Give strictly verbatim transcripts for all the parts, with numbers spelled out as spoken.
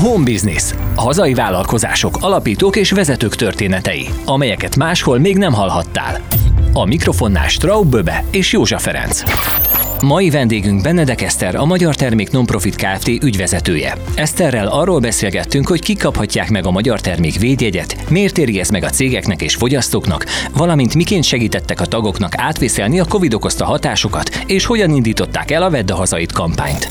Home Business. Hazai vállalkozások, alapítók és vezetők történetei, amelyeket máshol még nem hallhattál. A mikrofonnál Straub Böbe és Józsa Ferenc. Mai vendégünk Benedek Eszter, a Magyar Termék Nonprofit Kft. Ügyvezetője. Eszterrel arról beszélgettünk, hogy kik kaphatják meg a Magyar Termék védjegyet, miért éri ez meg a cégeknek és fogyasztóknak, valamint miként segítettek a tagoknak átvészelni a Covid okozta hatásokat, és hogyan indították el a Vedd a hazait kampányt.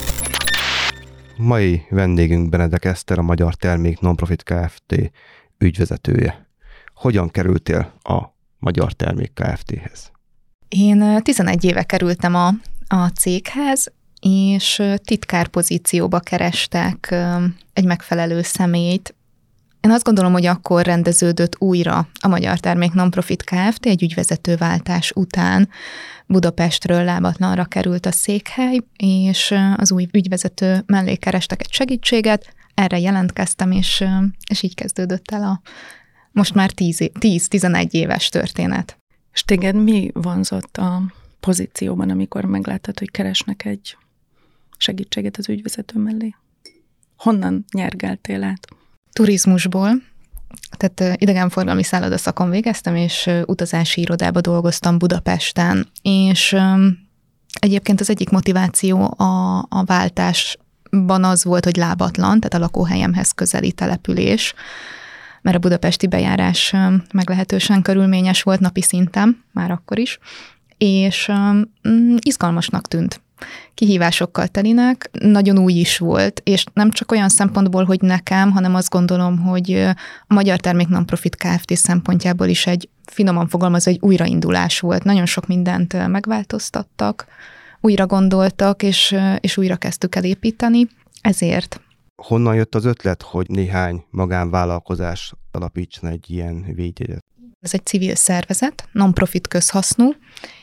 Mai vendégünk Benedek Eszter, a Magyar Termék Nonprofit Kft. Ügyvezetője. Hogyan kerültél a Magyar Termék Kft.-hez? Én tizenegy éve kerültem a, a céghez, és titkár pozícióba kerestek egy megfelelő személyt. Én azt gondolom, hogy akkor rendeződött újra a Magyar Termék Nonprofit Kft. Egy ügyvezetőváltás után. Budapestről lábatlanra került a székhely, és az új ügyvezető mellé kerestek egy segítséget, erre jelentkeztem, és, és így kezdődött el a most már tíz-tizenegy éves történet. És téged mi vonzott a pozícióban, amikor megláttad, hogy keresnek egy segítséget az ügyvezető mellé? Honnan nyergeltél át? Turizmusból. Tehát idegenforgalmi szállodaszakon végeztem, és utazási irodába dolgoztam Budapesten, és egyébként az egyik motiváció a, a váltásban az volt, hogy lábatlan, tehát a lakóhelyemhez közeli település, mert a budapesti bejárás meglehetősen körülményes volt napi szinten, már akkor is, és um, izgalmasnak tűnt. Kihívásokkal telinek, nagyon új is volt, és nem csak olyan szempontból, hogy nekem, hanem azt gondolom, hogy a Magyar Termék Nonprofit Kft. Szempontjából is egy, finoman fogalmazva, egy újraindulás volt. Nagyon sok mindent megváltoztattak, újra gondoltak, és, és újra kezdtük el építeni, ezért. Honnan jött az ötlet, hogy néhány magánvállalkozás alapítson egy ilyen védjegyet? Ez egy civil szervezet, non-profit közhasznú,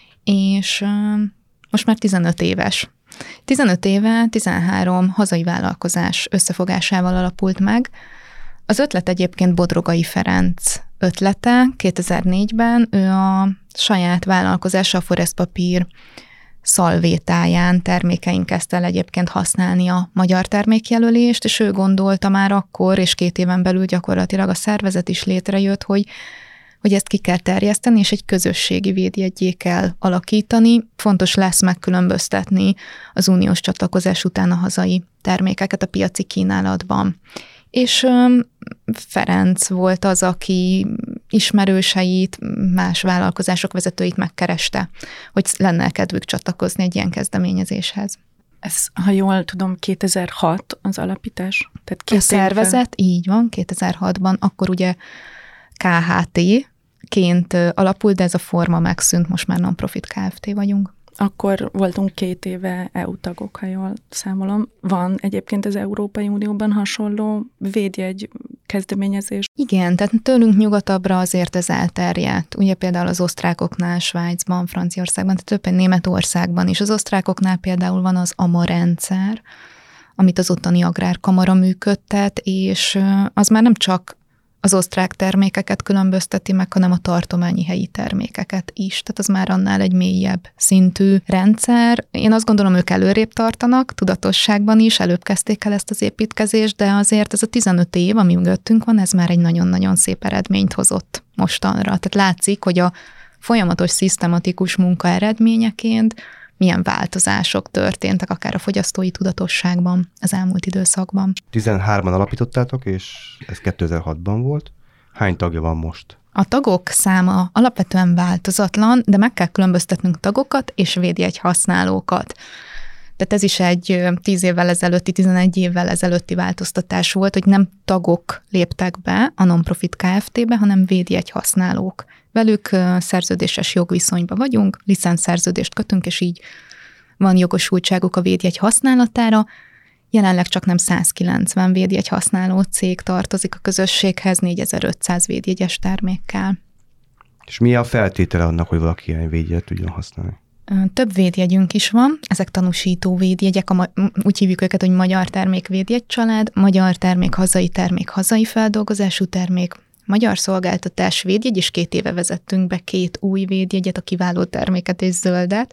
és most már tizenöt éves. tizenöt éve tizenhárom hazai vállalkozás összefogásával alapult meg. Az ötlet egyébként Bodrogai Ferenc ötlete kétezer-négyben. Ő a saját vállalkozása, a Forest Papír szalvétáján termékeink kezdte el egyébként használni a magyar termékjelölést, és ő gondolta már akkor, és két éven belül gyakorlatilag a szervezet is létrejött, hogy hogy ezt ki kell terjeszteni, és egy közösségi védjeggyé kell alakítani. Fontos lesz megkülönböztetni az uniós csatlakozás után a hazai termékeket a piaci kínálatban. És Ferenc volt az, aki ismerőseit, más vállalkozások vezetőit megkereste, hogy lenne kedvük csatlakozni egy ilyen kezdeményezéshez. Ez, ha jól tudom, kétezer-hat az alapítás? Tehát két a szervezet, éve. Így van, kétezer-hatban, akkor ugye ká há té-ként alapult, de ez a forma megszűnt, most már Nonprofit Kft. Vagyunk. Akkor voltunk két éve é u tagok, ha jól számolom. Van egyébként az Európai Unióban hasonló védjegy kezdeményezés? Igen, tehát tőlünk nyugatabbra azért ez elterjedt. Ugye például az osztrákoknál, Svájcban, Franciaországban, tehát többen Németországban is. Az osztrákoknál például van az á em á rendszer, amit az ottani agrárkamara működtet, és az már nem csak az osztrák termékeket különbözteti meg, hanem a tartományi helyi termékeket is. Tehát az már annál egy mélyebb szintű rendszer. Én azt gondolom, ők előrébb tartanak, tudatosságban is, előbb kezdték el ezt az építkezést, de azért ez a tizenöt év, ami mögöttünk van, ez már egy nagyon-nagyon szép eredményt hozott mostanra. Tehát látszik, hogy a folyamatos, szisztematikus munka eredményeként milyen változások történtek, akár a fogyasztói tudatosságban az elmúlt időszakban. tizenhárman alapítottátok, és ez kétezer-hatban volt. Hány tagja van most? A tagok száma alapvetően változatlan, de meg kell különböztetnünk tagokat és védjegy használókat. Tehát ez is egy tíz évvel ezelőtti, tizenegy évvel ezelőtti változtatás volt, hogy nem tagok léptek be a Nonprofit Kft-be, hanem védjegy használók. Velük szerződéses jogviszonyban vagyunk, licenszerződést kötünk, és így van jogosultságuk a védjegy használatára. Jelenleg csak nem százkilencven védjegy használó cég tartozik a közösséghez, négyezer-ötszáz védjegyes termékkel. És mi a feltétele annak, hogy valaki ilyen védjegyet tudjon használni? Több védjegyünk is van, ezek tanúsító védjegyek, úgy hívjuk őket, hogy magyar termék védjegy család, magyar termék, hazai termék, hazai feldolgozású termék, magyar szolgáltatás védjegy, és két éve vezettünk be két új védjegyet, a kiváló terméket és zöldet.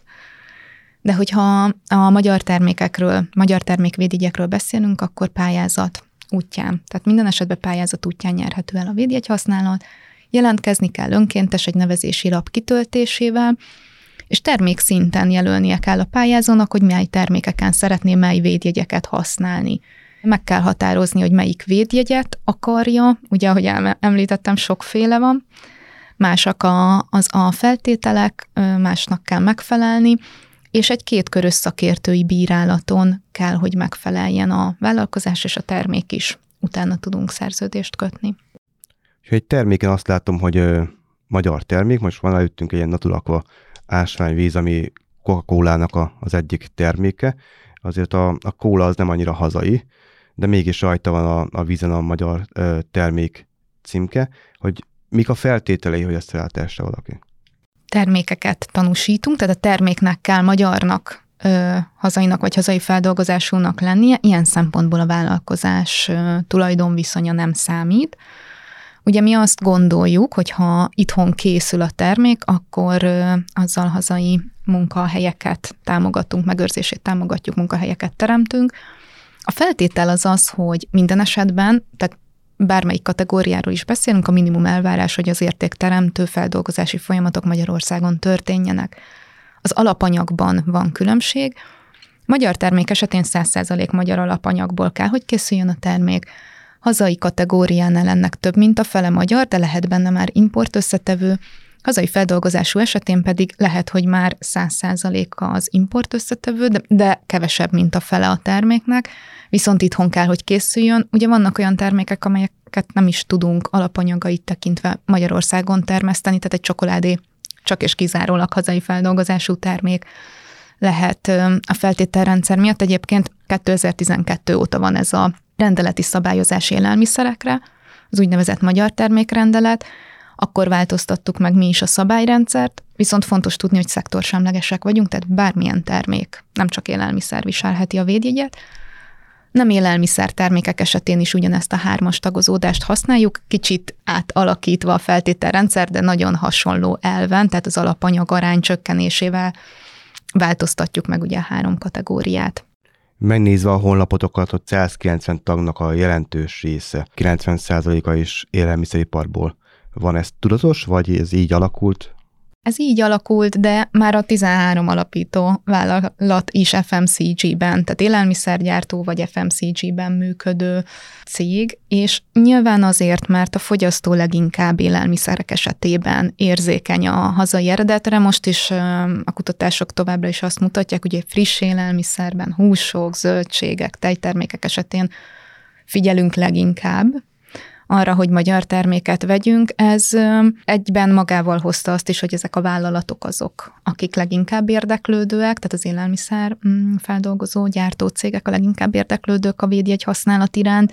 De hogyha a magyar termékekről, magyar termékvédjegyekről beszélünk, akkor pályázat útján. Tehát minden esetben pályázat útján nyerhető el a védjegyhasználat, jelentkezni kell önkéntes egy nevezési lap kitöltésével, és termékszinten jelölnie kell a pályázónak, hogy mely termékeken szeretné mely védjegyeket használni. Meg kell határozni, hogy melyik védjegyet akarja, ugye, ahogy említettem, sokféle van, másak a, az a feltételek, másnak kell megfelelni, és egy kétkörös szakértői bírálaton kell, hogy megfeleljen a vállalkozás és a termék is. Utána tudunk szerződést kötni. És egy terméken azt látom, hogy ö, magyar termék, most van előttünk egy ilyen Naturaqua ásványvíz, ami Coca-Colának a, az egyik terméke. Azért a, a kóla az nem annyira hazai, de mégis rajta van a, a vízen a magyar ö, termék címke, hogy mik a feltételei, hogy ezt feltesse valaki? Termékeket tanúsítunk, tehát a terméknek kell magyarnak, ö, hazainak vagy hazai feldolgozásúnak lennie, ilyen szempontból a vállalkozás ö, tulajdonviszonya nem számít. Ugye mi azt gondoljuk, hogy ha itthon készül a termék, akkor ö, azzal hazai munkahelyeket támogatunk, megőrzését támogatjuk, munkahelyeket teremtünk. A feltétel az az, hogy minden esetben, tehát bármelyik kategóriáról is beszélünk, a minimum elvárás, hogy az értékteremtő feldolgozási folyamatok Magyarországon történjenek. Az alapanyagban van különbség. Magyar termék esetén száz százalék magyar alapanyagból kell, hogy készüljön a termék. Hazai kategóriánál ennek több, mint a fele magyar, de lehet benne már import összetevő. Hazai feldolgozású esetén pedig lehet, hogy már száz százalék az import összetevő, de, de kevesebb, mint a fele a terméknek, viszont itthon kell, hogy készüljön. Ugye vannak olyan termékek, amelyeket nem is tudunk alapanyagait tekintve Magyarországon termeszteni, tehát egy csokoládé csak és kizárólag hazai feldolgozású termék lehet a feltételrendszer miatt. Egyébként kétezer-tizenkettő óta van ez a rendeleti szabályozás élelmiszerekre, az úgynevezett magyar termékrendelet. Akkor változtattuk meg mi is a szabályrendszert, viszont fontos tudni, hogy szektorsemlegesek vagyunk, tehát bármilyen termék, nem csak élelmiszer viselheti a védjegyet. Nem élelmiszer termékek esetén is ugyanezt a hármas tagozódást használjuk, kicsit átalakítva a feltételrendszer, de nagyon hasonló elven, tehát az alapanyag arány csökkenésével változtatjuk meg ugye a három kategóriát. Megnézve a honlapotokat, hogy százkilencven tagnak a jelentős része, kilencven százaléka is élelmiszeriparból van. Ez tudatos, vagy ez így alakult? Ez így alakult, de már a tizenhárom alapító vállalat is ef em cé gé-ben, tehát élelmiszergyártó vagy ef em cé gé-ben működő cég, és nyilván azért, mert a fogyasztó leginkább élelmiszerek esetében érzékeny a hazai eredetre. Most is a kutatások továbbra is azt mutatják, hogy friss élelmiszerben húsok, zöldségek, tejtermékek esetén figyelünk leginkább arra, hogy magyar terméket vegyünk. Ez egyben magával hozta azt is, hogy ezek a vállalatok azok, akik leginkább érdeklődőek, tehát az élelmiszer feldolgozó gyártó cégek a leginkább érdeklődők a védjegy használat iránt,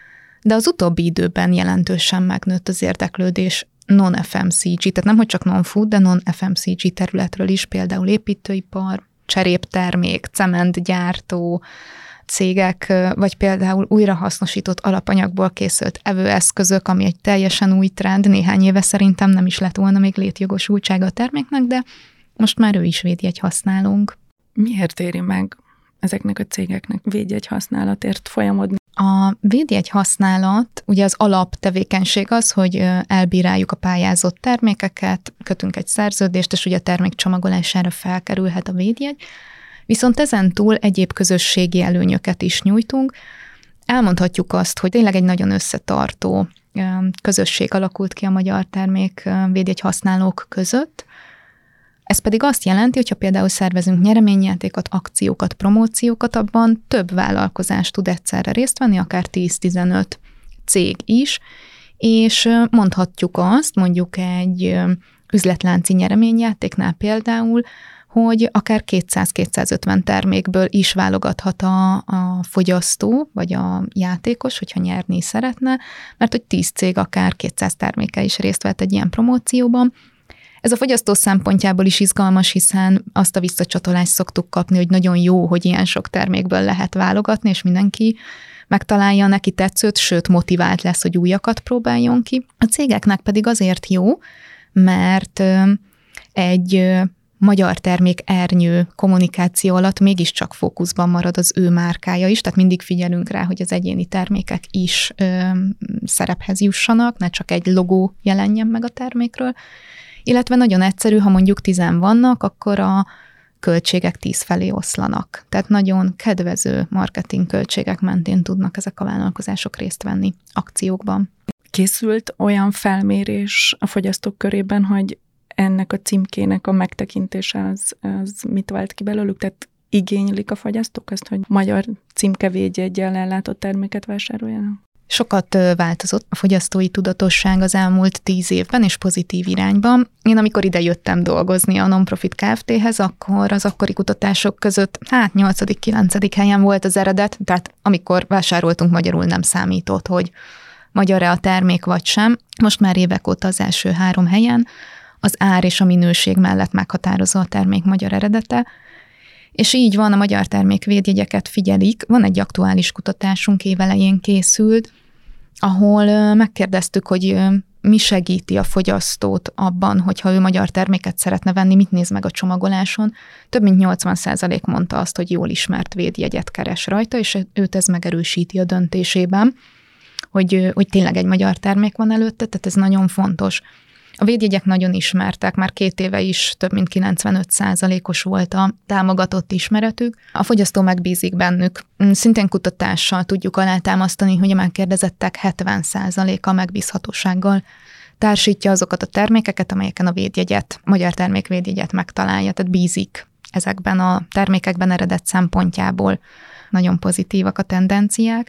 de az utóbbi időben jelentősen megnőtt az érdeklődés non-ef em cé gé, tehát nem, hogy csak non-food, de non-ef em cé gé területről is, például építőipar, cseréptermék, cementgyártó cégek, vagy például újrahasznosított alapanyagból készült evőeszközök, ami egy teljesen új trend, néhány éve szerintem nem is lett volna még létjogosultsága a terméknek, de most már ő is védjegy használunk. Miért éri meg ezeknek a cégeknek védjegy használatért folyamodni? A védjegy használat, ugye az alaptevékenység az, hogy elbíráljuk a pályázott termékeket, kötünk egy szerződést, és ugye a termék csomagolására felkerülhet a védjegy. Viszont ezen túl egyéb közösségi előnyöket is nyújtunk. Elmondhatjuk azt, hogy tényleg egy nagyon összetartó közösség alakult ki a magyar termék védjegy használók között. Ez pedig azt jelenti, hogyha például szervezünk nyereményjátékot, akciókat, promóciókat, abban több vállalkozás tud egyszerre részt venni, akár tíz-tizenöt cég is, és mondhatjuk azt, mondjuk egy üzletlánci nyereményjátéknál például, hogy akár kétszáz-kétszázötven termékből is válogathat a, a fogyasztó, vagy a játékos, hogyha nyerni szeretne, mert hogy tíz cég akár kétszáz termékkel is részt vett egy ilyen promócióban. Ez a fogyasztó szempontjából is izgalmas, hiszen azt a visszacsatolást szoktuk kapni, hogy nagyon jó, hogy ilyen sok termékből lehet válogatni, és mindenki megtalálja neki tetszőt, sőt motivált lesz, hogy újakat próbáljon ki. A cégeknek pedig azért jó, mert egy magyar termék ernyő kommunikáció alatt mégiscsak fókuszban marad az ő márkája is, tehát mindig figyelünk rá, hogy az egyéni termékek is ö, szerephez jussanak, ne csak egy logó jelenjen meg a termékről, illetve nagyon egyszerű, ha mondjuk tizen vannak, akkor a költségek tíz felé oszlanak. Tehát nagyon kedvező marketing költségek mentén tudnak ezek a vállalkozások részt venni akciókban. Készült olyan felmérés a fogyasztók körében, hogy ennek a címkének a megtekintése az, az mit vált ki belőlük? Tehát igénylik a fogyasztók azt, hogy magyar címkevédjeggyel ellátott terméket vásároljanak? Sokat változott a fogyasztói tudatosság az elmúlt tíz évben, és pozitív irányban. Én amikor ide jöttem dolgozni a Non-Profit Kft-hez, akkor az akkori kutatások között hát nyolcadik-kilencedik helyen volt az eredet, tehát amikor vásároltunk, magyarul nem számított, hogy magyar-e a termék vagy sem. Most már évek óta az első három helyen, az ár és a minőség mellett meghatározó a termék magyar eredete, és így van, a magyar termék védjegyeket figyelik. Van egy aktuális kutatásunk, évelején készült, ahol megkérdeztük, hogy mi segíti a fogyasztót abban, hogyha ő magyar terméket szeretne venni, mit néz meg a csomagoláson. Több mint nyolcvan százalék mondta azt, hogy jól ismert védjegyet keres rajta, és őt ez megerősíti a döntésében, hogy, hogy tényleg egy magyar termék van előtte, tehát ez nagyon fontos. A védjegyek nagyon ismertek, már két éve is több mint kilencvenöt százalékos volt a támogatott ismeretük. A fogyasztó megbízik bennük. Szintén kutatással tudjuk alátámasztani, hogy a megkérdezettek hetven százaléka megbízhatósággal társítja azokat a termékeket, amelyeken a védjegyet, magyar termékvédjegyet megtalálja, tehát bízik ezekben a termékekben eredet szempontjából. Nagyon pozitívak a tendenciák.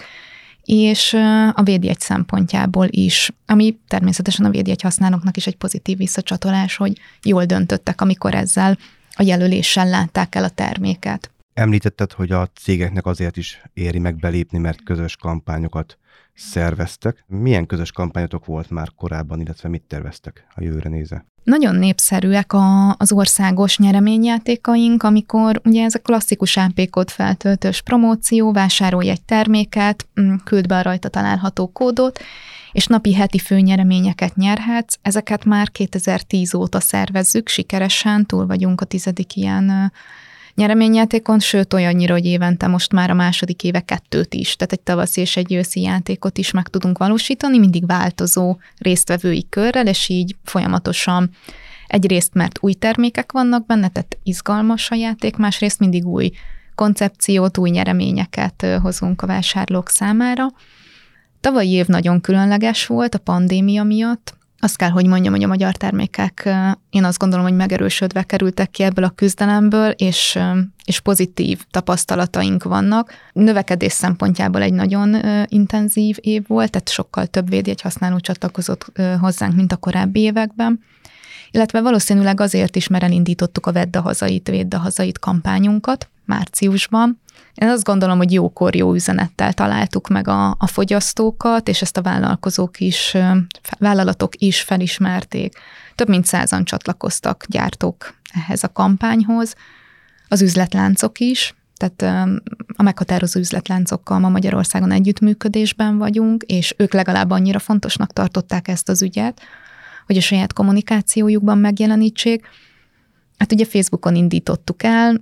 És a védjegy szempontjából is, ami természetesen a védjegy használóknak is egy pozitív visszacsatolás, hogy jól döntöttek, amikor ezzel a jelöléssel látták el a terméket. Említetted, hogy a cégeknek azért is éri meg belépni, mert közös kampányokat szerveztek. Milyen közös kampányotok volt már korábban, illetve mit terveztek a jövőre nézve? Nagyon népszerűek a, az országos nyereményjátékaink, amikor ugye ez a klasszikus á pé kód feltöltős promóció, vásárolj egy terméket, küld be a rajta található kódot, és napi heti főnyereményeket nyerhetsz. Ezeket már kétezer-tíz óta szervezzük, sikeresen, túl vagyunk a tizedik ilyen nyereményjátékon, sőt olyannyira, hogy évente most már a második éve kettőt is, tehát egy tavaszi és egy őszi játékot is meg tudunk valósítani, mindig változó résztvevői körrel, és így folyamatosan egyrészt, mert új termékek vannak benne, tehát izgalmas a játék, másrészt mindig új koncepciót, új nyereményeket hozunk a vásárlók számára. Tavalyi év nagyon különleges volt a pandémia miatt. Azt kell, hogy mondjam, hogy a magyar termékek, én azt gondolom, hogy megerősödve kerültek ki ebből a küzdelemből, és, és pozitív tapasztalataink vannak. Növekedés szempontjából egy nagyon intenzív év volt, tehát sokkal több védjegyhasználó csatlakozott hozzánk, mint a korábbi években. Illetve valószínűleg azért is, mert elindítottuk a Vedd a hazait, Védd a hazait kampányunkat márciusban. Én azt gondolom, hogy jókor, jó üzenettel találtuk meg a, a fogyasztókat, és ezt a vállalkozók is, vállalatok is felismerték. Több mint százan csatlakoztak gyártók ehhez a kampányhoz, az üzletláncok is, tehát a meghatározó üzletláncokkal ma Magyarországon együttműködésben vagyunk, és ők legalább annyira fontosnak tartották ezt az ügyet, hogy a saját kommunikációjukban megjelenítsék. Hát ugye Facebookon indítottuk el,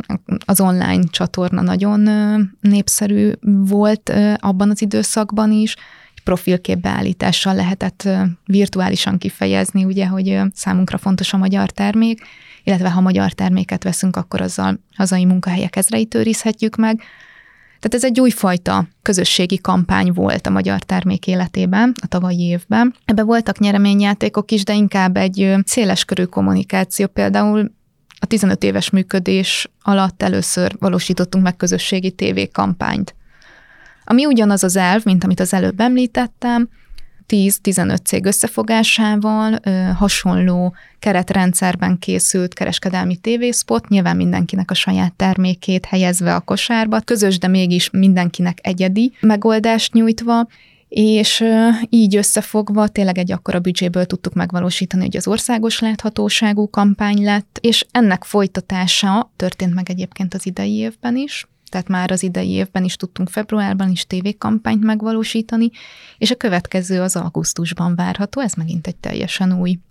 az online csatorna nagyon népszerű volt abban az időszakban is, egy profilképbeállítással lehetett virtuálisan kifejezni, ugye, hogy számunkra fontos a magyar termék, illetve ha magyar terméket veszünk, akkor azzal hazai munkahelyek ezreit őrizhetjük meg. Tehát ez egy újfajta közösségi kampány volt a magyar termék életében, a tavalyi évben. Ebben voltak nyereményjátékok is, de inkább egy széleskörű kommunikáció. Például a tizenöt éves működés alatt először valósítottunk meg közösségi tévékampányt. Ami ugyanaz az elv, mint amit az előbb említettem, tíz-tizenöt cég összefogásával hasonló keretrendszerben készült kereskedelmi tévészpot, nyilván mindenkinek a saját termékét helyezve a kosárba, közös, de mégis mindenkinek egyedi megoldást nyújtva, és így összefogva tényleg egy akkora büdzséből tudtuk megvalósítani, hogy az országos láthatóságú kampány lett, és ennek folytatása történt meg egyébként az idei évben is, tehát már az idei évben is tudtunk februárban is tévékampányt megvalósítani, és a következő az augusztusban várható, ez megint egy teljesen új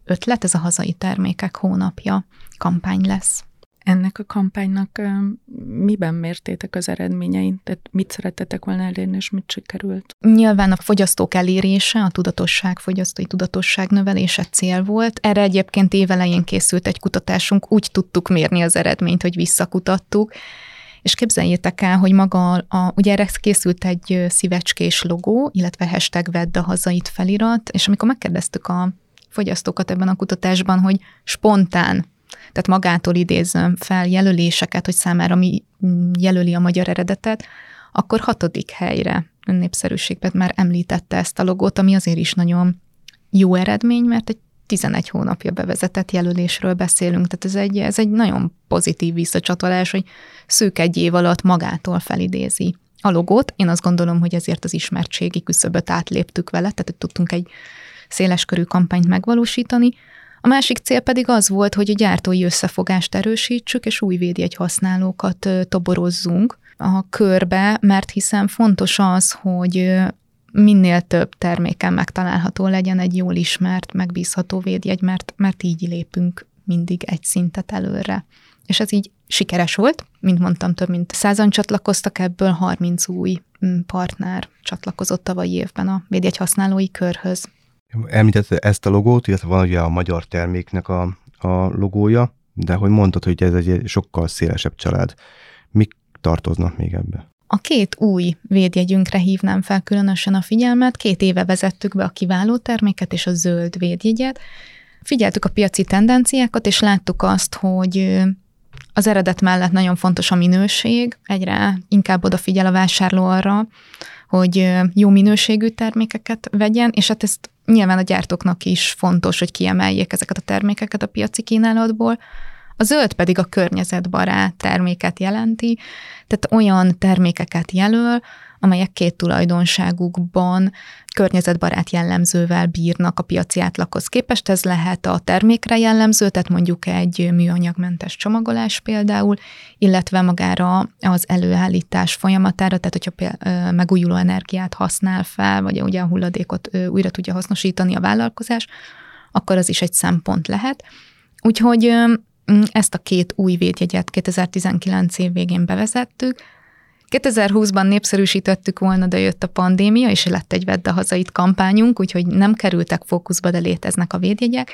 ötlet, ez a hazai termékek hónapja kampány lesz. Ennek a kampánynak miben mértétek az eredményeit? Tehát mit szerettetek volna elérni, és mit sikerült? Nyilván a fogyasztók elérése, a tudatosság, fogyasztói tudatosság növelése cél volt. Erre egyébként évelején készült egy kutatásunk, úgy tudtuk mérni az eredményt, hogy visszakutattuk, és képzeljétek el, hogy maga, a, ugye erre készült egy szívecskés logó, illetve hashtag vedd a hazait felirat, és amikor megkérdeztük a fogyasztókat ebben a kutatásban, hogy spontán, tehát magától idézem fel jelöléseket, hogy számára mi jelöli a magyar eredetet, akkor hatodik helyre népszerűségben már említette ezt a logót, ami azért is nagyon jó eredmény, mert egy tizenegy hónapja bevezetett jelölésről beszélünk, tehát ez egy, ez egy nagyon pozitív visszacsatolás, hogy szűk egy év alatt magától felidézi a logót. Én azt gondolom, hogy ezért az ismertségi küszöböt átléptük vele, tehát tudtunk egy széleskörű kampányt megvalósítani. A másik cél pedig az volt, hogy a gyártói összefogást erősítsük, és új védjegy használókat toborozzunk a körbe, mert hiszen fontos az, hogy minél több terméken megtalálható legyen egy jól ismert, megbízható védjegy, mert, mert így lépünk mindig egy szintet előre. És ez így sikeres volt, mint mondtam, több mint százan csatlakoztak, ebből harminc új partner csatlakozott tavalyi évben a védjegy használói körhöz. Említette ezt a logót, illetve van ugye a magyar terméknek a, a logója, de hogy mondtad, hogy ez egy sokkal szélesebb család. Mik tartoznak még ebbe? A két új védjegyünkre hívnám fel különösen a figyelmet. Két éve vezettük be a kiváló terméket és a zöld védjegyet. Figyeltük a piaci tendenciákat, és láttuk azt, hogy az eredet mellett nagyon fontos a minőség. Egyre inkább odafigyel a vásárló arra, hogy jó minőségű termékeket vegyen, és hát ezt nyilván a gyártóknak is fontos, hogy kiemeljék ezeket a termékeket a piaci kínálatból. A zöld pedig a környezetbarát terméket jelenti, tehát olyan termékeket jelöl, amelyek két tulajdonságukban környezetbarát jellemzővel bírnak a piaci átlaghoz képest. Ez lehet a termékre jellemző, tehát mondjuk egy műanyagmentes csomagolás például, illetve magára az előállítás folyamatára, tehát hogyha megújuló energiát használ fel, vagy ugye a hulladékot újra tudja hasznosítani a vállalkozás, akkor az is egy szempont lehet. Úgyhogy ezt a két új védjegyet kétezer-tizenkilenc év végén bevezettük. kétezer-húszban népszerűsítettük volna, de jött a pandémia, és lett egy Vedd a hazait kampányunk, úgyhogy nem kerültek fókuszba, de léteznek a védjegyek.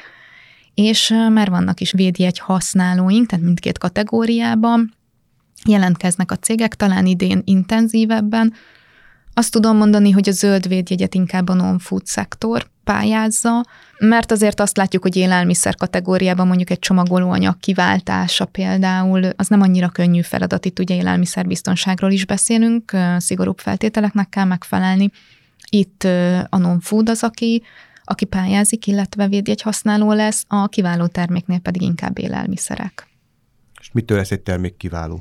És már vannak is védjegy használóink, tehát mindkét kategóriában jelentkeznek a cégek, talán idén intenzívebben. Azt tudom mondani, hogy a zöld védjegyet inkább a non-food szektor pályázza, mert azért azt látjuk, hogy élelmiszer kategóriában mondjuk egy csomagolóanyag kiváltása például, az nem annyira könnyű feladat, itt ugye élelmiszerbiztonságról is beszélünk, szigorúbb feltételeknek kell megfelelni. Itt a non-food az, aki, aki pályázik, illetve védjegy használó lesz, a kiváló terméknél pedig inkább élelmiszerek. És mitől lesz egy termék kiváló?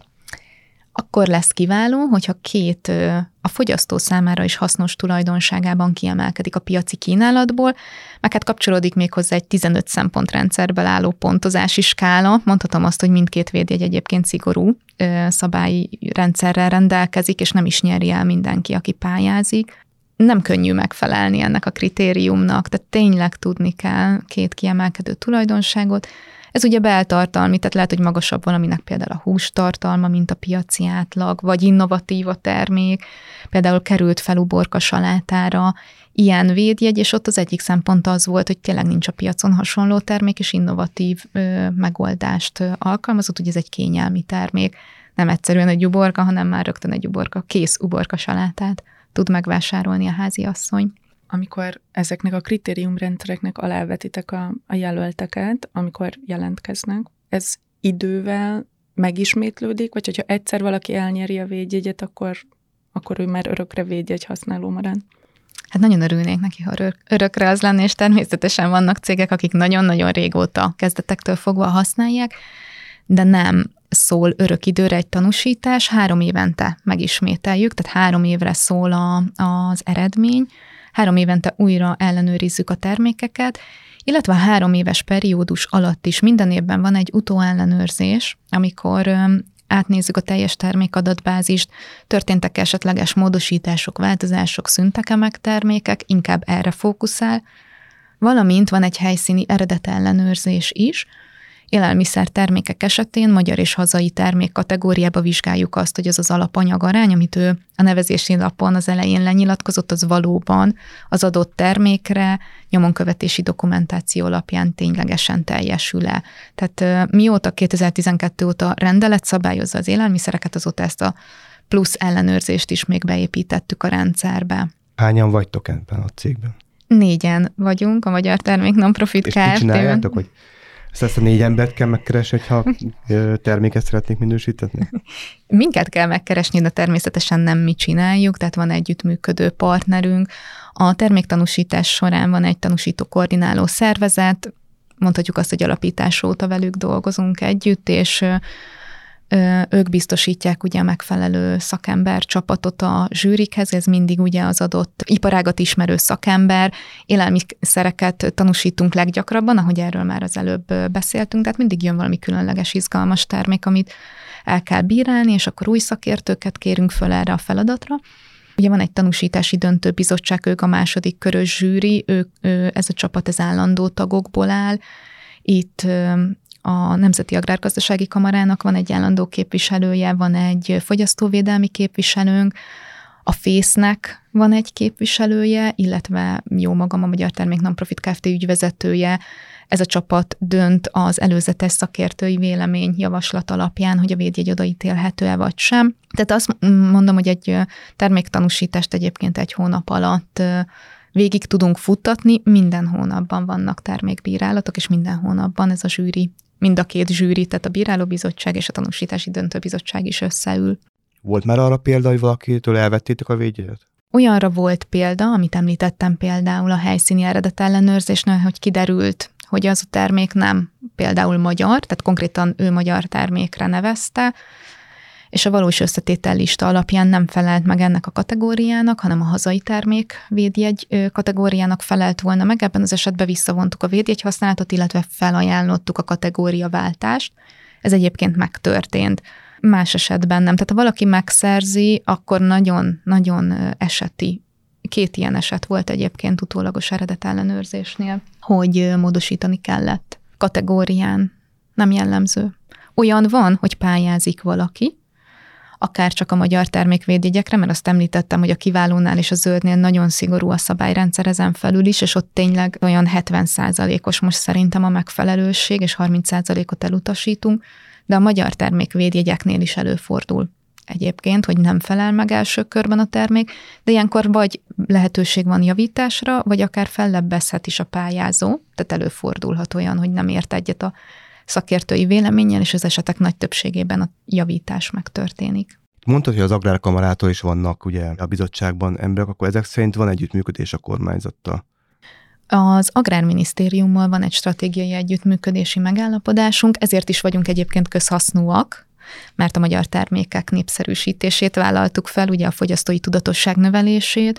Akkor lesz kiváló, hogyha két a fogyasztó számára is hasznos tulajdonságában kiemelkedik a piaci kínálatból, meg hát kapcsolódik még hozzá egy tizenöt szempontrendszerből álló pontozási skála. Mondhatom azt, hogy mindkét védjegy egyébként szigorú szabályrendszerrel rendelkezik, és nem is nyeri el mindenki, aki pályázik. Nem könnyű megfelelni ennek a kritériumnak, tehát tényleg tudni kell két kiemelkedő tulajdonságot. Ez ugye beltartalmi, tehát lehet, hogy magasabb valaminek például a hústartalma, mint a piaci átlag, vagy innovatív a termék, például került fel uborka salátára ilyen védjegy, és ott az egyik szempont az volt, hogy tényleg nincs a piacon hasonló termék, és innovatív ö, megoldást ö, alkalmazott, ugye ez egy kényelmi termék, nem egyszerűen egy uborka, hanem már rögtön egy uborka, kész uborka salátát tud megvásárolni a háziasszony. Amikor ezeknek a kritériumrendszereknek alávetitek a, a jelölteket, amikor jelentkeznek, ez idővel megismétlődik, vagy hogyha egyszer valaki elnyeri a védjegyet, akkor, akkor ő már örökre védjegy használó marad? Hát nagyon örülnék neki, ha örök, örökre az lenne, és természetesen vannak cégek, akik nagyon-nagyon régóta kezdetektől fogva használják, de nem szól örök időre egy tanúsítás, három évente megismételjük, tehát három évre szól a, az eredmény, három évente újra ellenőrizzük a termékeket, illetve a három éves periódus alatt is minden évben van egy utóellenőrzés, amikor átnézzük a teljes termékadatbázist, történtek esetleges módosítások, változások, szűntek-e meg termékek, inkább erre fókuszál. valamint van egy helyszíni eredetellenőrzés is. Élelmiszertermékek esetén magyar és hazai termék kategóriába vizsgáljuk azt, hogy az az alapanyagarány, amit ő a nevezési lapon az elején lenyilatkozott, az valóban az adott termékre nyomonkövetési dokumentáció alapján ténylegesen teljesül-e. Tehát mióta kétezer-tizenkettő óta rendelet szabályozza az élelmiszereket, azóta ezt a plusz ellenőrzést is még beépítettük a rendszerbe. Hányan vagytok ebben a cégben? Négyen vagyunk a Magyar Termék Non-Profit Kft-ben. És mit csináljátok, hogy ezt a négy embert kell megkeresni, hogyha terméket szeretnék minősíteni? Minket kell megkeresni, de természetesen nem mi csináljuk, tehát van együttműködő partnerünk. A terméktanúsítás során van egy tanúsító koordináló szervezet, mondhatjuk azt, hogy alapítás óta velük dolgozunk együtt, és ők biztosítják ugye a megfelelő szakember csapatot a zsűrikhez, ez mindig ugye az adott iparágat ismerő szakember, élelmiszereket tanúsítunk leggyakrabban, ahogy erről már az előbb beszéltünk, tehát mindig jön valami különleges, izgalmas termék, amit el kell bírálni, és akkor új szakértőket kérünk föl erre a feladatra. Ugye van egy tanúsítási döntőbizottság, ők a második körös zsűri, ők, ő, ez a csapat az állandó tagokból áll, itt a Nemzeti Agrárgazdasági Kamarának van egy állandó képviselője, van egy fogyasztóvédelmi képviselőnk, a fésznek van egy képviselője, illetve jó magam a Magyar Termék Non-Profit Kft. Ügyvezetője. Ez a csapat dönt az előzetes szakértői vélemény javaslat alapján, hogy a védjegy odaítélhető-e vagy sem. Tehát azt mondom, hogy egy terméktanúsítást egyébként egy hónap alatt végig tudunk futtatni, minden hónapban vannak termékbírálatok, és minden hónapban ez a zsűri, mind a két zsűri, tehát a bírálóbizottság és a tanúsítási döntőbizottság is összeül. Volt már arra példa, hogy valakitől elvettétek a védjegyet? Olyanra volt példa, amit említettem például a helyszíni eredetellenőrzésnél, hogy kiderült, hogy az a termék nem például magyar, tehát konkrétan ő magyar termékre nevezte, és a valós összetétellista alapján nem felelt meg ennek a kategóriának, hanem a hazai termék védjegy kategóriának felelt volna meg. Ebben az esetben visszavontuk a védjegy használatot, illetve felajánlottuk a kategóriaváltást. Ez egyébként megtörtént. Más esetben nem. Tehát ha valaki megszerzi, akkor nagyon-nagyon eseti. Két ilyen eset volt egyébként utólagos eredetellenőrzésnél, hogy módosítani kellett kategórián. Nem jellemző. Olyan van, hogy pályázik valaki, akár csak a magyar termékvédjegyekre, mert azt említettem, hogy a kiválónál és a zöldnél nagyon szigorú a szabályrendszer ezen felül is, és ott tényleg olyan hetven százalékos most szerintem a megfelelőség, és harminc százalékot elutasítunk, de a magyar termékvédjegyeknél is előfordul egyébként, hogy nem felel meg első körben a termék, de ilyenkor vagy lehetőség van javításra, vagy akár fellebbezhet is a pályázó, tehát előfordulhat olyan, hogy nem ért egyet a szakértői véleménnyel, és az esetek nagy többségében a javítás megtörténik. Mondtad, hogy az Agrárkamarától is vannak ugye a bizottságban emberek, akkor ezek szerint van együttműködés a kormányzattal? Az Agrárminisztériummal van egy stratégiai együttműködési megállapodásunk, ezért is vagyunk egyébként közhasznúak, mert a magyar termékek népszerűsítését vállaltuk fel, ugye a fogyasztói tudatosság növelését,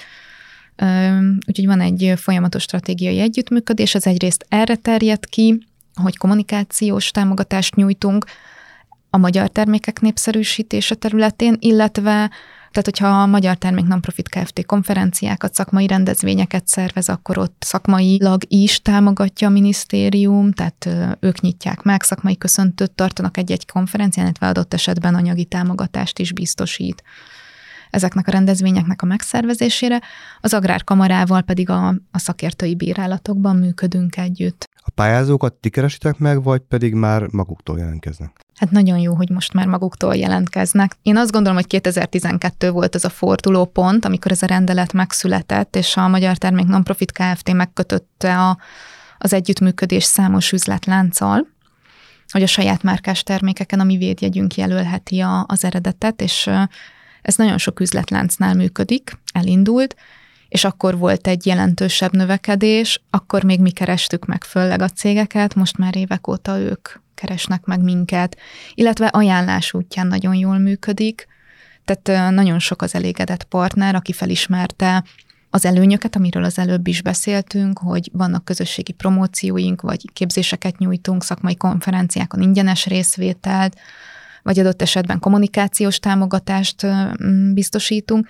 úgyhogy van egy folyamatos stratégiai együttműködés, ez egyrészt erre terjed ki, hogy kommunikációs támogatást nyújtunk a magyar termékek népszerűsítése területén, illetve tehát, hogyha a Magyar Termék Non-Profit Kft. Konferenciákat, szakmai rendezvényeket szervez, akkor ott szakmailag is támogatja a minisztérium, tehát ők nyitják meg, szakmai köszöntőt tartanak egy-egy konferencián, illetve adott esetben anyagi támogatást is biztosít ezeknek a rendezvényeknek a megszervezésére. Az Agrárkamarával pedig a, a szakértői bírálatokban működünk együtt. A pályázókat ti keresitek meg, vagy pedig már maguktól jelentkeznek? Hát nagyon jó, hogy most már maguktól jelentkeznek. Én azt gondolom, hogy kétezer-tizenkettő volt az a fordulópont, amikor ez a rendelet megszületett, és a Magyar Termék Non-Profit Kft. Megkötötte a, az együttműködés számos üzletlánccal, hogy a saját márkás termékeken a mi védjegyünk jelölheti a, az eredetet, és ez nagyon sok üzletláncnál működik, elindult, és akkor volt egy jelentősebb növekedés, akkor még mi kerestük meg főleg a cégeket, most már évek óta ők keresnek meg minket, illetve ajánlás útján nagyon jól működik, tehát nagyon sok az elégedett partner, aki felismerte az előnyöket, amiről az előbb is beszéltünk, hogy vannak közösségi promócióink, vagy képzéseket nyújtunk, szakmai konferenciákon ingyenes részvételt, vagy adott esetben kommunikációs támogatást biztosítunk.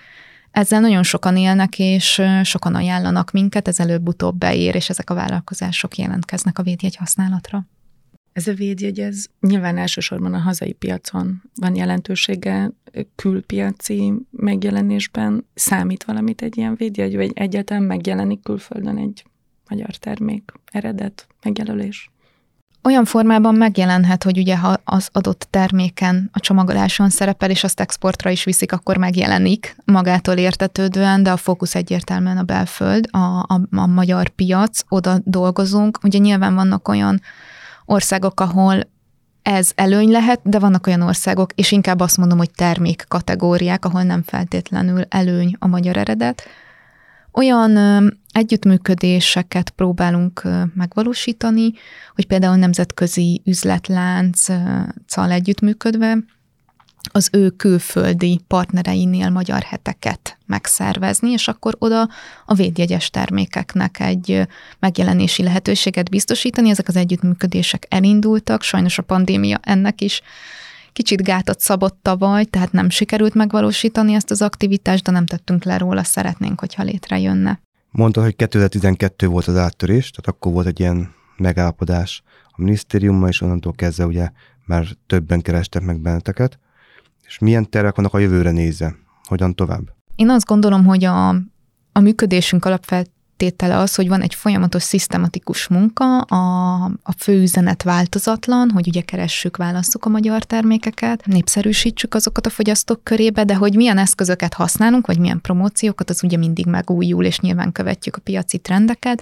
Ezzel nagyon sokan élnek, és sokan ajánlanak minket, ez előbb-utóbb beér, és ezek a vállalkozások jelentkeznek a védjegy használatra. Ez a védjegy, ez nyilván elsősorban a hazai piacon van jelentősége, külpiaci megjelenésben számít valamit egy ilyen védjegy, vagy egyáltalán megjelenik külföldön egy magyar termék, eredet, megjelölés? Olyan formában megjelenhet, hogy ugye ha az adott terméken a csomagoláson szerepel, és azt exportra is viszik, akkor megjelenik magától értetődően, de a fókusz egyértelműen a belföld, a, a, a magyar piac, oda dolgozunk. Ugye nyilván vannak olyan országok, ahol ez előny lehet, de vannak olyan országok, és inkább azt mondom, hogy termék kategóriák, ahol nem feltétlenül előny a magyar eredet. Olyan együttműködéseket próbálunk megvalósítani, hogy például nemzetközi üzletlánccal együttműködve az ő külföldi partnereinél magyar heteket megszervezni, és akkor oda a védjegyes termékeknek egy megjelenési lehetőséget biztosítani. Ezek az együttműködések elindultak, sajnos a pandémia ennek is kicsit gátat szabott tavaly, tehát nem sikerült megvalósítani ezt az aktivitást, de nem tettünk le róla, szeretnénk, hogyha létrejönne. Mondta, hogy kétezer-tizenkettő volt az áttörés, tehát akkor volt egy ilyen megállapodás a minisztériummal, és onnantól kezdve ugye már többen kerestek meg benneteket. És milyen tervek vannak a jövőre nézve? Hogyan tovább? Én azt gondolom, hogy a, a működésünk alapfeltétele az, hogy van egy folyamatos, szisztematikus munka, a, a fő üzenet változatlan, hogy ugye keressük, válasszuk a magyar termékeket, népszerűsítsük azokat a fogyasztók körébe, de hogy milyen eszközöket használunk, vagy milyen promóciókat, az ugye mindig megújul, és nyilván követjük a piaci trendeket.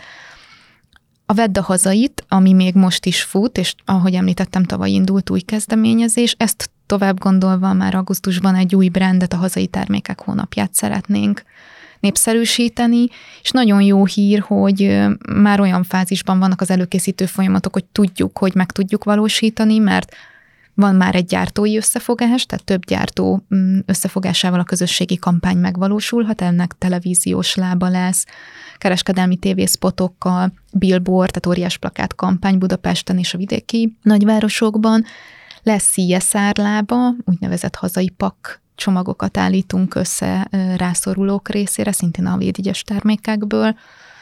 A Vedd a hazait, ami még most is fut, és ahogy említettem, tavaly indult új kezdeményezés, ezt tovább gondolva már augusztusban egy új brandet, a hazai termékek hónapját szeretnénk népszerűsíteni, és nagyon jó hír, hogy már olyan fázisban vannak az előkészítő folyamatok, hogy tudjuk, hogy meg tudjuk valósítani, mert van már egy gyártói összefogás, tehát több gyártó összefogásával a közösségi kampány megvalósulhat, ennek televíziós lába lesz, kereskedelmi tévészpotokkal, billboard, tehát óriás plakát kampány Budapesten és a vidéki nagyvárosokban, lesz cé es er lába, úgynevezett hazai pak csomagokat állítunk össze rászorulók részére, szintén a védjegyes termékekből,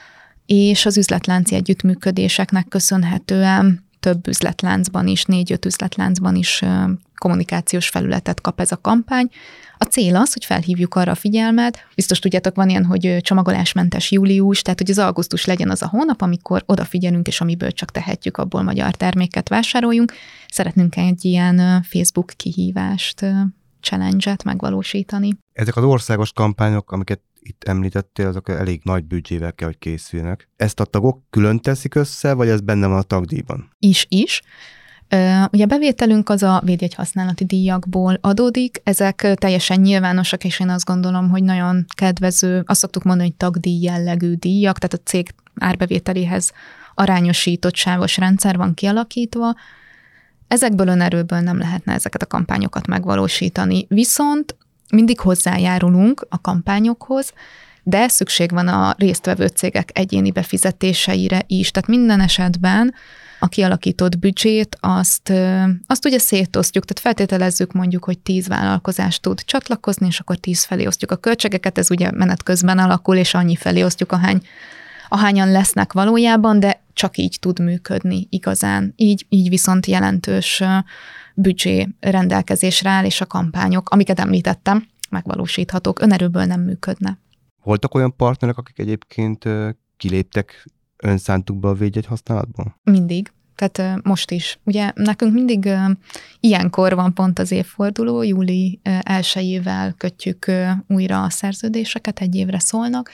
és az üzletlánci együttműködéseknek köszönhetően több üzletláncban is, négy-öt üzletláncban is kommunikációs felületet kap ez a kampány. A cél az, hogy felhívjuk arra a figyelmet, biztos tudjátok, van ilyen, hogy csomagolásmentes július, tehát hogy az augusztus legyen az a hónap, amikor odafigyelünk, és amiből csak tehetjük, abból magyar terméket vásároljunk. Szeretnünk egy ilyen Facebook kihívást, challenge-et megvalósítani. Ezek az országos kampányok, amiket itt említettél, azok elég nagy büdzsével kell, hogy készüljenek. Ezt a tagok külön teszik össze, vagy ez benne van a tagdíjban? Is, is. Ugye a bevételünk az a védjegy használati díjakból adódik, ezek teljesen nyilvánosak, és én azt gondolom, hogy nagyon kedvező, azt szoktuk mondani, hogy tagdíj jellegű díjak, tehát a cég árbevételéhez arányosított sávos rendszer van kialakítva. Ezekből önerőből nem lehetne ezeket a kampányokat megvalósítani, viszont mindig hozzájárulunk a kampányokhoz, de szükség van a résztvevő cégek egyéni befizetéseire is, tehát minden esetben a kialakított büdzsét, azt, azt ugye szétosztjuk, tehát feltételezzük mondjuk, hogy tíz vállalkozás tud csatlakozni, és akkor tíz felé osztjuk a költségeket, ez ugye menet közben alakul, és annyi felé osztjuk, ahány, ahányan lesznek valójában, de csak így tud működni igazán. Így, így viszont jelentős büdzsé rendelkezésre áll, és a kampányok, amiket említettem, megvalósíthatók, önerőből nem működne. Voltak olyan partnerek, akik egyébként kiléptek önszántukba a védjegy használatban? Mindig. Tehát most is. Ugye nekünk mindig ilyenkor van pont az évforduló, júli elsejével kötjük újra a szerződéseket, egy évre szólnak,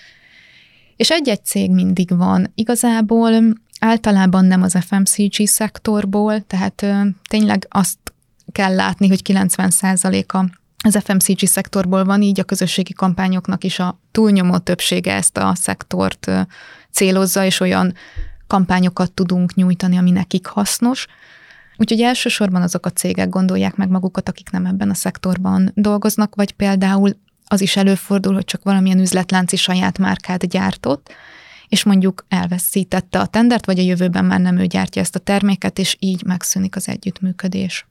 és egy-egy cég mindig van. Igazából általában nem az ef em cé gé szektorból, tehát tényleg azt kell látni, hogy kilencven százaléka az ef em cé gé szektorból van, így a közösségi kampányoknak is a túlnyomó többsége ezt a szektort célozza, és olyan kampányokat tudunk nyújtani, ami nekik hasznos. Úgyhogy elsősorban azok a cégek gondolják meg magukat, akik nem ebben a szektorban dolgoznak, vagy például az is előfordul, hogy csak valamilyen üzletlánci saját márkát gyártott, és mondjuk elveszítette a tendert, vagy a jövőben már nem ő gyártja ezt a terméket, és így megszűnik az együttműködés.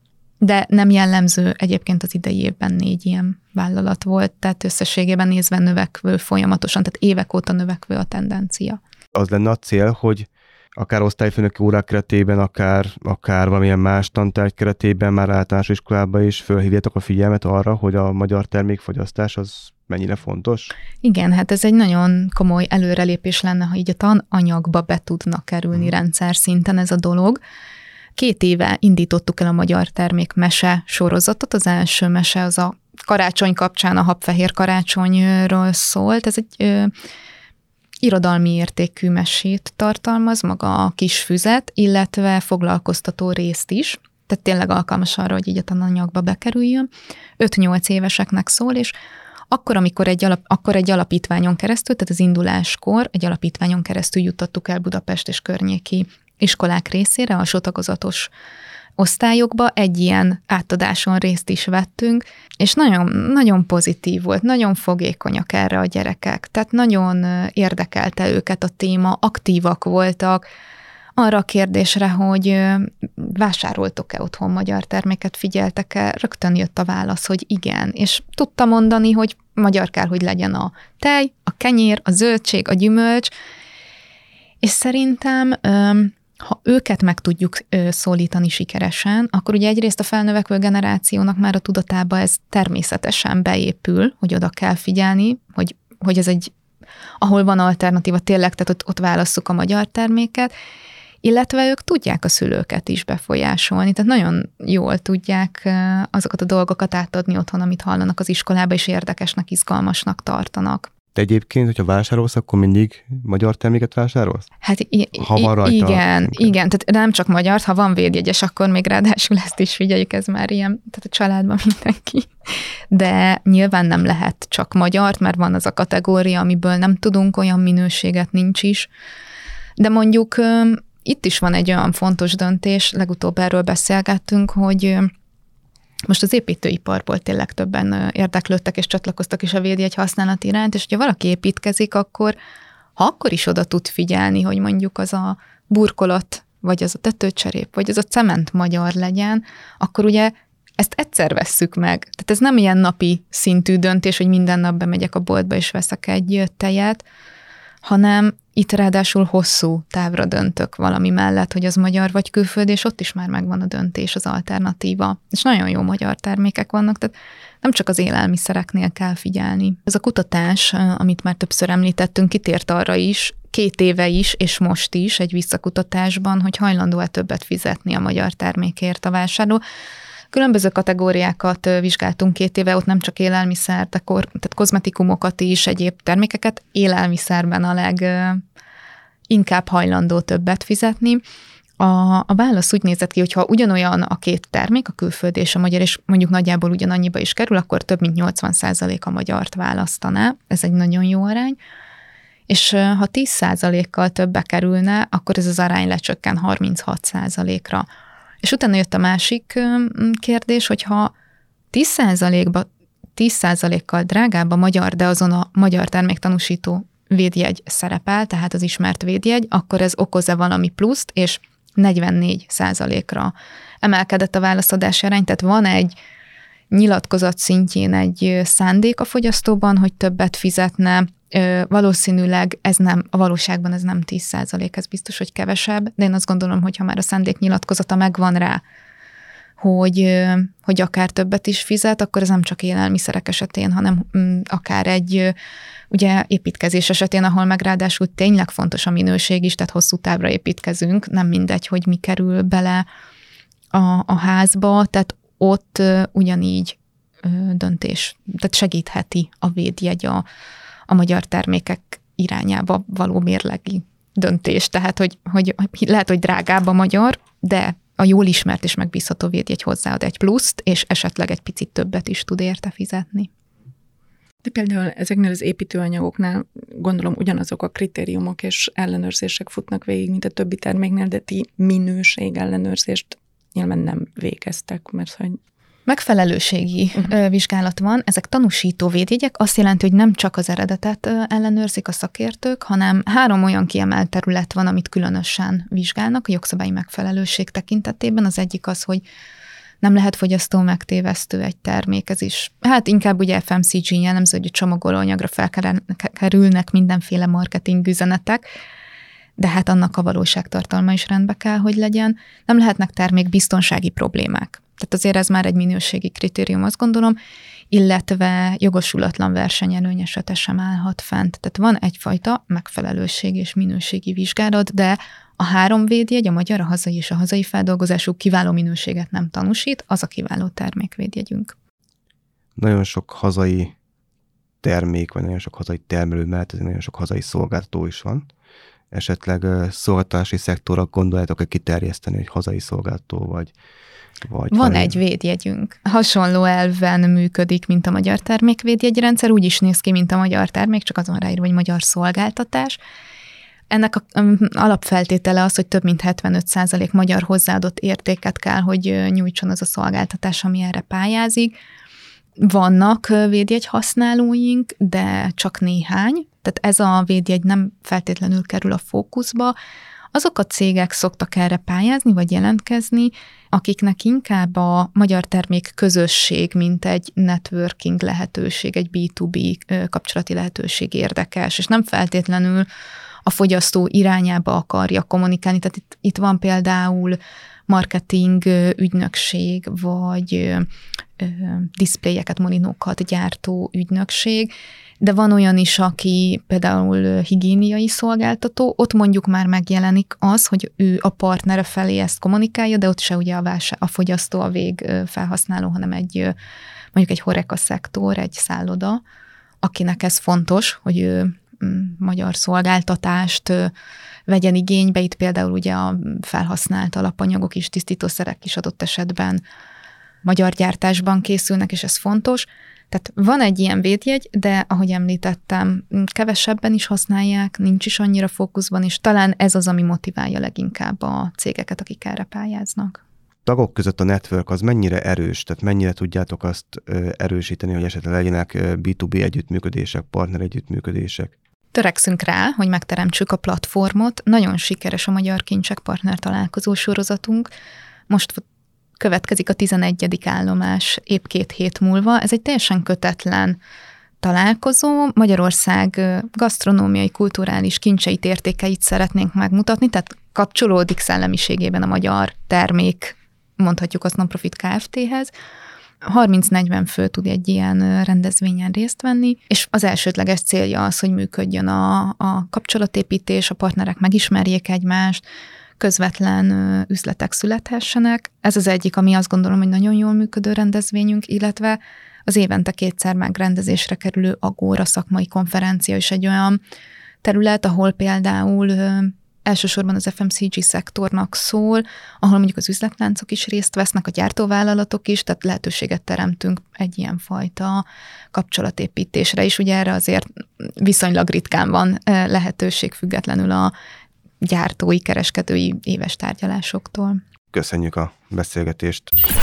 de nem jellemző, egyébként az idei évben négy ilyen vállalat volt, tehát összességében nézve növekvő folyamatosan, tehát évek óta növekvő a tendencia. Az lenne a cél, hogy akár osztályfőnöki órák keretében, akár, akár valamilyen más tantárgy keretében már általános iskolában is fölhívjátok a figyelmet arra, hogy a magyar termékfogyasztás az mennyire fontos? Igen, hát ez egy nagyon komoly előrelépés lenne, ha így a tananyagba be tudna kerülni hmm. rendszer szinten ez a dolog. Két éve indítottuk el a magyar termék mese sorozatot. Az első mese az a karácsony kapcsán a habfehér karácsonyról szólt. Ez egy ö, irodalmi értékű mesét tartalmaz, maga a kis füzet, illetve foglalkoztató részt is. Tehát tényleg alkalmas arra, hogy így a tananyagba bekerüljön. öt-nyolc éveseknek szól, és akkor, amikor egy, alap, akkor egy alapítványon keresztül, tehát az induláskor egy alapítványon keresztül juttattuk el Budapest és környéki iskolák részére, alsó tagozatos osztályokba, egy ilyen átadáson részt is vettünk, és nagyon, nagyon pozitív volt, nagyon fogékonyak erre a gyerekek, tehát nagyon érdekelte őket a téma, aktívak voltak arra a kérdésre, hogy vásároltok-e otthon magyar terméket, figyeltek-e, rögtön jött a válasz, hogy igen, és tudta mondani, hogy magyar kell, hogy legyen a tej, a kenyér, a zöldség, a gyümölcs, és szerintem ha őket meg tudjuk szólítani sikeresen, akkor ugye egyrészt a felnövekvő generációnak már a tudatába ez természetesen beépül, hogy oda kell figyelni, hogy, hogy ez egy, ahol van alternatíva tényleg, tehát ott, ott válasszuk a magyar terméket, illetve ők tudják a szülőket is befolyásolni, tehát nagyon jól tudják azokat a dolgokat átadni otthon, amit hallanak az iskolába, és érdekesnek, izgalmasnak tartanak. Te egyébként, hogyha vásárolsz, akkor mindig magyar terméket vásárolsz? Hát i- ha van rajta igen, igen, tehát nem csak magyar, ha van védjegyes, akkor még ráadásul ezt is figyeljük, ez már ilyen, tehát a családban mindenki. De nyilván nem lehet csak magyart, mert van az a kategória, amiből nem tudunk, olyan minőséget nincs is. De mondjuk itt is van egy olyan fontos döntés, legutóbb erről beszélgettünk, hogy most az építőiparból tényleg többen érdeklődtek és csatlakoztak is a védjegy használat iránt, és hogyha valaki építkezik, akkor ha akkor is oda tud figyelni, hogy mondjuk az a burkolat, vagy az a tetőcserép, vagy az a cement magyar legyen, akkor ugye ezt egyszer vesszük meg. Tehát ez nem ilyen napi szintű döntés, hogy minden nap bemegyek a boltba és veszek egy tejet, hanem itt ráadásul hosszú távra döntök valami mellett, hogy az magyar vagy külföldi, és ott is már megvan a döntés, az alternatíva. És nagyon jó magyar termékek vannak, tehát nem csak az élelmiszereknél kell figyelni. Ez a kutatás, amit már többször említettünk, kitért arra is, két éve is, és most is egy visszakutatásban, hogy hajlandó-e többet fizetni a magyar termékért a vásárló. Különböző kategóriákat vizsgáltunk két éve, ott nem csak élelmiszer, de kor, tehát kozmetikumokat is, egyéb termékeket, élelmiszerben a leginkább hajlandó többet fizetni. A, a válasz úgy nézett ki, hogy ha ugyanolyan a két termék, a külföldi és a magyar, és mondjuk nagyjából ugyanannyiba is kerül, akkor több mint nyolcvan százalék a magyart választaná. Ez egy nagyon jó arány. És ha tíz százalékkal többbe kerülne, akkor ez az arány lecsökken harminchat százalékra. És utána jött a másik kérdés, hogyha tíz százalékba, tíz százalékkal drágább a magyar, de azon a magyar terméktanúsító védjegy szerepel, tehát az ismert védjegy, akkor ez okoz-e valami pluszt, és negyvennégy százalékra emelkedett a válaszadási arány, tehát van egy nyilatkozat szintjén egy szándék a fogyasztóban, hogy többet fizetne, valószínűleg ez nem, a valóságban ez nem tíz százalék, ez biztos, hogy kevesebb, de én azt gondolom, hogy ha már a szándék nyilatkozata megvan rá, hogy, hogy akár többet is fizet, akkor ez nem csak élelmiszerek esetén, hanem akár egy ugye építkezés esetén, ahol meg ráadásul tényleg fontos a minőség is, tehát hosszú távra építkezünk, nem mindegy, hogy mi kerül bele a, a házba, tehát ott ugyanígy döntés, tehát segítheti a védjegy a a magyar termékek irányába való mérlegi döntés. Tehát, hogy, hogy lehet, hogy drágább a magyar, de a jól ismert és megbízható védjegy hozzáad egy pluszt, és esetleg egy picit többet is tud érte fizetni. De például ezeknél az építőanyagoknál gondolom ugyanazok a kritériumok és ellenőrzések futnak végig, mint a többi terméknél, de ti minőség ellenőrzést nyilván nem végeztek, mert hogy Megfelelőségi uh-huh. vizsgálat van, ezek tanúsító védjegyek, azt jelenti, hogy nem csak az eredetet ellenőrzik a szakértők, hanem három olyan kiemelt terület van, amit különösen vizsgálnak a jogszabályi megfelelőség tekintetében. Az egyik az, hogy Nem lehet fogyasztó megtévesztő egy termék, ez is, hát inkább ugye ef em cé gé jellemző, hogy a csomagolóanyagra felkerülnek mindenféle marketing üzenetek, de hát annak a valóságtartalma is rendbe kell, hogy legyen. Nem lehetnek termékbiztonsági problémák. Tehát azért ez már egy minőségi kritérium, azt gondolom, illetve jogosulatlan versenyelőny esete sem állhat fent. Tehát van egyfajta megfelelőség és minőségi vizsgálat, de a három védjegy, a magyar, a hazai és a hazai feldolgozású kiváló minőséget nem tanúsít, az a kiváló termékvédjegyünk. Nagyon sok hazai termék, vagy nagyon sok hazai termelő mellett, nagyon sok hazai szolgáltató is van. Esetleg szolgáltatási szektorra gondoljátok-e kiterjeszteni, hogy hazai szolgáltató vagy? Vagy van valami... egy védjegyünk. Hasonló elven működik, mint a magyar termékvédjegyrendszer, úgy is néz ki, mint a magyar termék, csak azon ráírva, hogy magyar szolgáltatás. Ennek a alapfeltétele az, hogy több mint hetvenöt százalék magyar hozzáadott értéket kell, hogy nyújtson az a szolgáltatás, ami erre pályázik. Vannak védjegy használóink, de csak néhány, tehát ez a védjegy nem feltétlenül kerül a fókuszba. Azok a cégek szoktak erre pályázni, vagy jelentkezni, akiknek inkább a magyar termék közösség, mint egy networking lehetőség, egy bé kettő bé kapcsolati lehetőség érdekes, és nem feltétlenül a fogyasztó irányába akarja kommunikálni. Tehát itt, itt van például marketing ügynökség, vagy diszpléjeket, molinókat gyártó ügynökség, de van olyan is, aki például higiéniai szolgáltató, ott mondjuk már megjelenik az, hogy ő a partnere felé ezt kommunikálja, de ott se ugye a, vásár, a fogyasztó, a vég felhasználó, hanem egy mondjuk egy horeka szektor, egy szálloda, akinek ez fontos, hogy ő magyar szolgáltatást vegyen igénybe. Itt például ugye a felhasznált alapanyagok is, tisztítószerek is adott esetben magyar gyártásban készülnek, és ez fontos. Tehát van egy ilyen védjegy, de ahogy említettem, kevesebben is használják, nincs is annyira fókuszban, és talán ez az, ami motiválja leginkább a cégeket, akik erre pályáznak. Tagok között a network az mennyire erős, tehát mennyire tudjátok azt erősíteni, hogy esetleg legyenek bé kettő bé együttműködések, partner együttműködések? Törekszünk rá, hogy megteremtsük a platformot. Nagyon sikeres a Magyar Kincsek partner találkozó sorozatunk. Most következik a tizenegyedik állomás épp két hét múlva. Ez egy teljesen kötetlen találkozó. Magyarország gasztronómiai, kulturális kincseit, értékeit szeretnénk megmutatni, tehát kapcsolódik szellemiségében a magyar termék, mondhatjuk azt non-profit Kft-hez. harminc-negyven fő tud egy ilyen rendezvényen részt venni, és az elsődleges célja az, hogy működjön a, a kapcsolatépítés, a partnerek megismerjék egymást, közvetlen üzletek születhessenek. Ez az egyik, ami azt gondolom, hogy nagyon jól működő rendezvényünk, illetve az évente kétszer megrendezésre kerülő Agora szakmai konferencia is egy olyan terület, ahol például elsősorban az ef em cé gé szektornak szól, ahol mondjuk az üzletláncok is részt vesznek, a gyártóvállalatok is, tehát lehetőséget teremtünk egy ilyen fajta kapcsolatépítésre is. Ugye erre azért viszonylag ritkán van lehetőség függetlenül a gyártói, kereskedői éves tárgyalásoktól. Köszönjük a beszélgetést!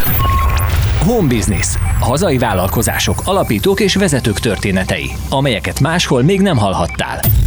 Home Business. Hazai vállalkozások, alapítók és vezetők történetei, amelyeket máshol még nem hallhattál.